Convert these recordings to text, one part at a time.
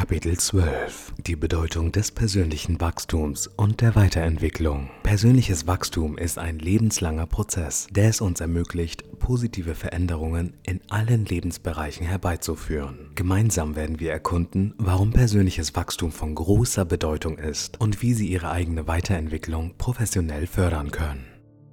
Kapitel 12: Die Bedeutung des persönlichen Wachstums und der Weiterentwicklung. Persönliches Wachstum ist ein lebenslanger Prozess, der es uns ermöglicht, positive Veränderungen in allen Lebensbereichen herbeizuführen. Gemeinsam werden wir erkunden, warum persönliches Wachstum von großer Bedeutung ist und wie Sie Ihre eigene Weiterentwicklung professionell fördern können.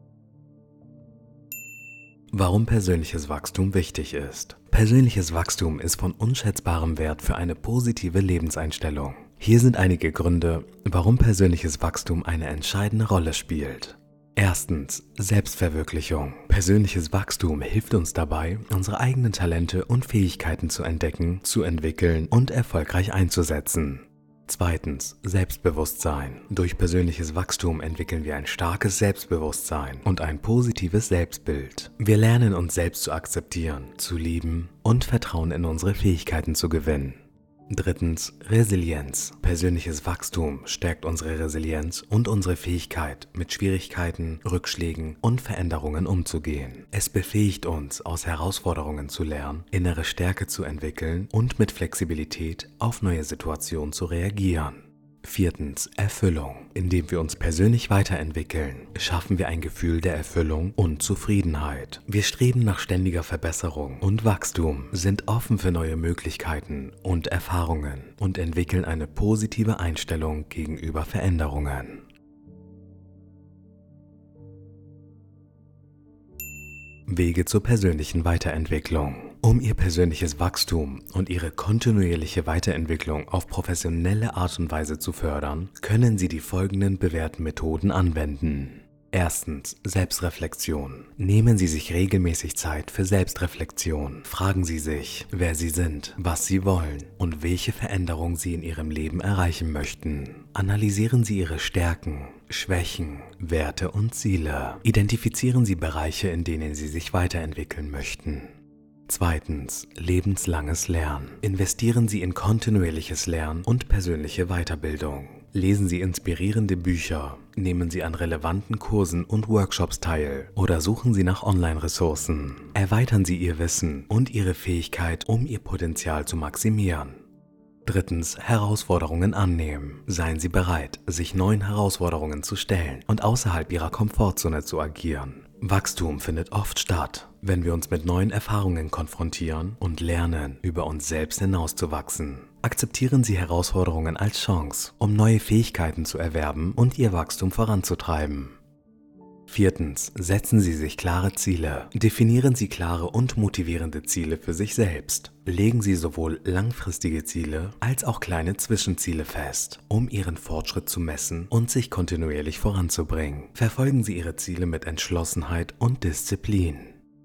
Warum persönliches Wachstum wichtig ist. Persönliches Wachstum ist von unschätzbarem Wert für eine positive Lebenseinstellung. Hier sind einige Gründe, warum persönliches Wachstum eine entscheidende Rolle spielt. Erstens, Selbstverwirklichung. Persönliches Wachstum hilft uns dabei, unsere eigenen Talente und Fähigkeiten zu entdecken, zu entwickeln und erfolgreich einzusetzen. Zweitens, Selbstbewusstsein. Durch persönliches Wachstum entwickeln wir ein starkes Selbstbewusstsein und ein positives Selbstbild. Wir lernen uns selbst zu akzeptieren, zu lieben und Vertrauen in unsere Fähigkeiten zu gewinnen. Drittens, Resilienz. Persönliches Wachstum stärkt unsere Resilienz und unsere Fähigkeit, mit Schwierigkeiten, Rückschlägen und Veränderungen umzugehen. Es befähigt uns, aus Herausforderungen zu lernen, innere Stärke zu entwickeln und mit Flexibilität auf neue Situationen zu reagieren. Viertens, Erfüllung. Indem wir uns persönlich weiterentwickeln, schaffen wir ein Gefühl der Erfüllung und Zufriedenheit. Wir streben nach ständiger Verbesserung und Wachstum, sind offen für neue Möglichkeiten und Erfahrungen und entwickeln eine positive Einstellung gegenüber Veränderungen. Wege zur persönlichen Weiterentwicklung. Um Ihr persönliches Wachstum und Ihre kontinuierliche Weiterentwicklung auf professionelle Art und Weise zu fördern, können Sie die folgenden bewährten Methoden anwenden. Erstens, Selbstreflexion. Nehmen Sie sich regelmäßig Zeit für Selbstreflexion. Fragen Sie sich, wer Sie sind, was Sie wollen und welche Veränderung Sie in Ihrem Leben erreichen möchten. Analysieren Sie Ihre Stärken, Schwächen, Werte und Ziele. Identifizieren Sie Bereiche, in denen Sie sich weiterentwickeln möchten. Zweitens, lebenslanges Lernen. Investieren Sie in kontinuierliches Lernen und persönliche Weiterbildung. Lesen Sie inspirierende Bücher, nehmen Sie an relevanten Kursen und Workshops teil oder suchen Sie nach Online-Ressourcen. Erweitern Sie Ihr Wissen und Ihre Fähigkeit, um Ihr Potenzial zu maximieren. Drittens, Herausforderungen annehmen. Seien Sie bereit, sich neuen Herausforderungen zu stellen und außerhalb Ihrer Komfortzone zu agieren. Wachstum findet oft statt, wenn wir uns mit neuen Erfahrungen konfrontieren und lernen, über uns selbst hinauszuwachsen. Akzeptieren Sie Herausforderungen als Chance, um neue Fähigkeiten zu erwerben und Ihr Wachstum voranzutreiben. Viertens, setzen Sie sich klare Ziele. Definieren Sie klare und motivierende Ziele für sich selbst. Legen Sie sowohl langfristige Ziele als auch kleine Zwischenziele fest, um Ihren Fortschritt zu messen und sich kontinuierlich voranzubringen. Verfolgen Sie Ihre Ziele mit Entschlossenheit und Disziplin.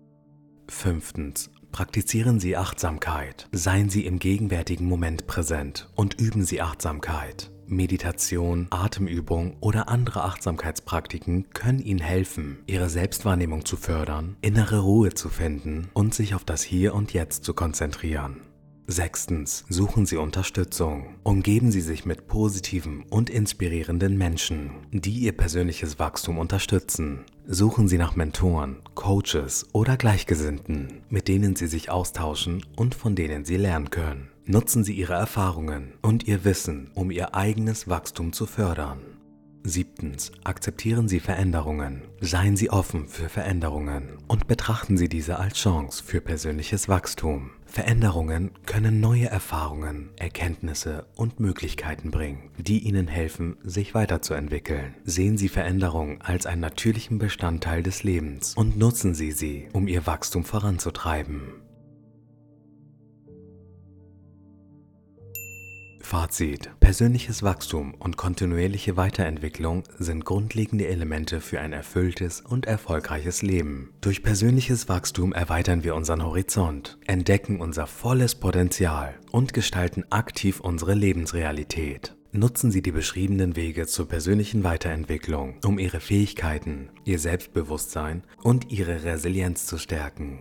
Fünftens, praktizieren Sie Achtsamkeit. Seien Sie im gegenwärtigen Moment präsent und üben Sie Achtsamkeit. Meditation, Atemübung oder andere Achtsamkeitspraktiken können Ihnen helfen, Ihre Selbstwahrnehmung zu fördern, innere Ruhe zu finden und sich auf das Hier und Jetzt zu konzentrieren. Sechstens, suchen Sie Unterstützung. Umgeben Sie sich mit positiven und inspirierenden Menschen, die Ihr persönliches Wachstum unterstützen. Suchen Sie nach Mentoren, Coaches oder Gleichgesinnten, mit denen Sie sich austauschen und von denen Sie lernen können. Nutzen Sie Ihre Erfahrungen und Ihr Wissen, um Ihr eigenes Wachstum zu fördern. Siebtens, akzeptieren Sie Veränderungen. Seien Sie offen für Veränderungen und betrachten Sie diese als Chance für persönliches Wachstum. Veränderungen können neue Erfahrungen, Erkenntnisse und Möglichkeiten bringen, die Ihnen helfen, sich weiterzuentwickeln. Sehen Sie Veränderungen als einen natürlichen Bestandteil des Lebens und nutzen Sie sie, um Ihr Wachstum voranzutreiben. Fazit: Persönliches Wachstum und kontinuierliche Weiterentwicklung sind grundlegende Elemente für ein erfülltes und erfolgreiches Leben. Durch persönliches Wachstum erweitern wir unseren Horizont, entdecken unser volles Potenzial und gestalten aktiv unsere Lebensrealität. Nutzen Sie die beschriebenen Wege zur persönlichen Weiterentwicklung, um Ihre Fähigkeiten, Ihr Selbstbewusstsein und Ihre Resilienz zu stärken.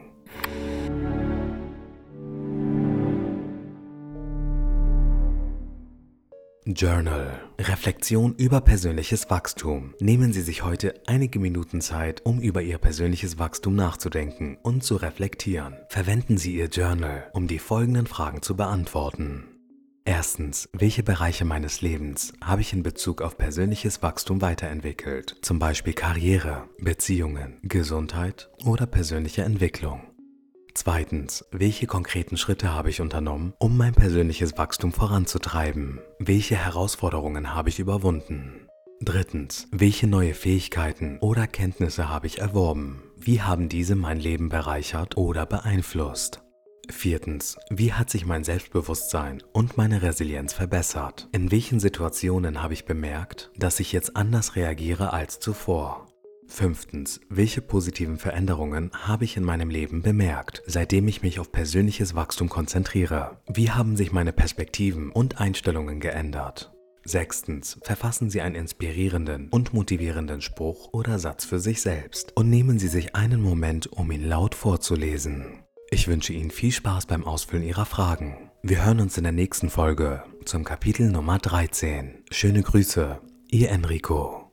Journal. Reflexion über persönliches Wachstum. Nehmen Sie sich heute einige Minuten Zeit, um über Ihr persönliches Wachstum nachzudenken und zu reflektieren. Verwenden Sie Ihr Journal, um die folgenden Fragen zu beantworten. Erstens, welche Bereiche meines Lebens habe ich in Bezug auf persönliches Wachstum weiterentwickelt? Zum Beispiel Karriere, Beziehungen, Gesundheit oder persönliche Entwicklung. Zweitens, welche konkreten Schritte habe ich unternommen, um mein persönliches Wachstum voranzutreiben? Welche Herausforderungen habe ich überwunden? Drittens, welche neue Fähigkeiten oder Kenntnisse habe ich erworben? Wie haben diese mein Leben bereichert oder beeinflusst? Viertens, wie hat sich mein Selbstbewusstsein und meine Resilienz verbessert? In welchen Situationen habe ich bemerkt, dass ich jetzt anders reagiere als zuvor? Fünftens, welche positiven Veränderungen habe ich in meinem Leben bemerkt, seitdem ich mich auf persönliches Wachstum konzentriere? Wie haben sich meine Perspektiven und Einstellungen geändert? Sechstens, verfassen Sie einen inspirierenden und motivierenden Spruch oder Satz für sich selbst und nehmen Sie sich einen Moment, um ihn laut vorzulesen. Ich wünsche Ihnen viel Spaß beim Ausfüllen Ihrer Fragen. Wir hören uns in der nächsten Folge zum Kapitel Nummer 13. Schöne Grüße, Ihr Enrico.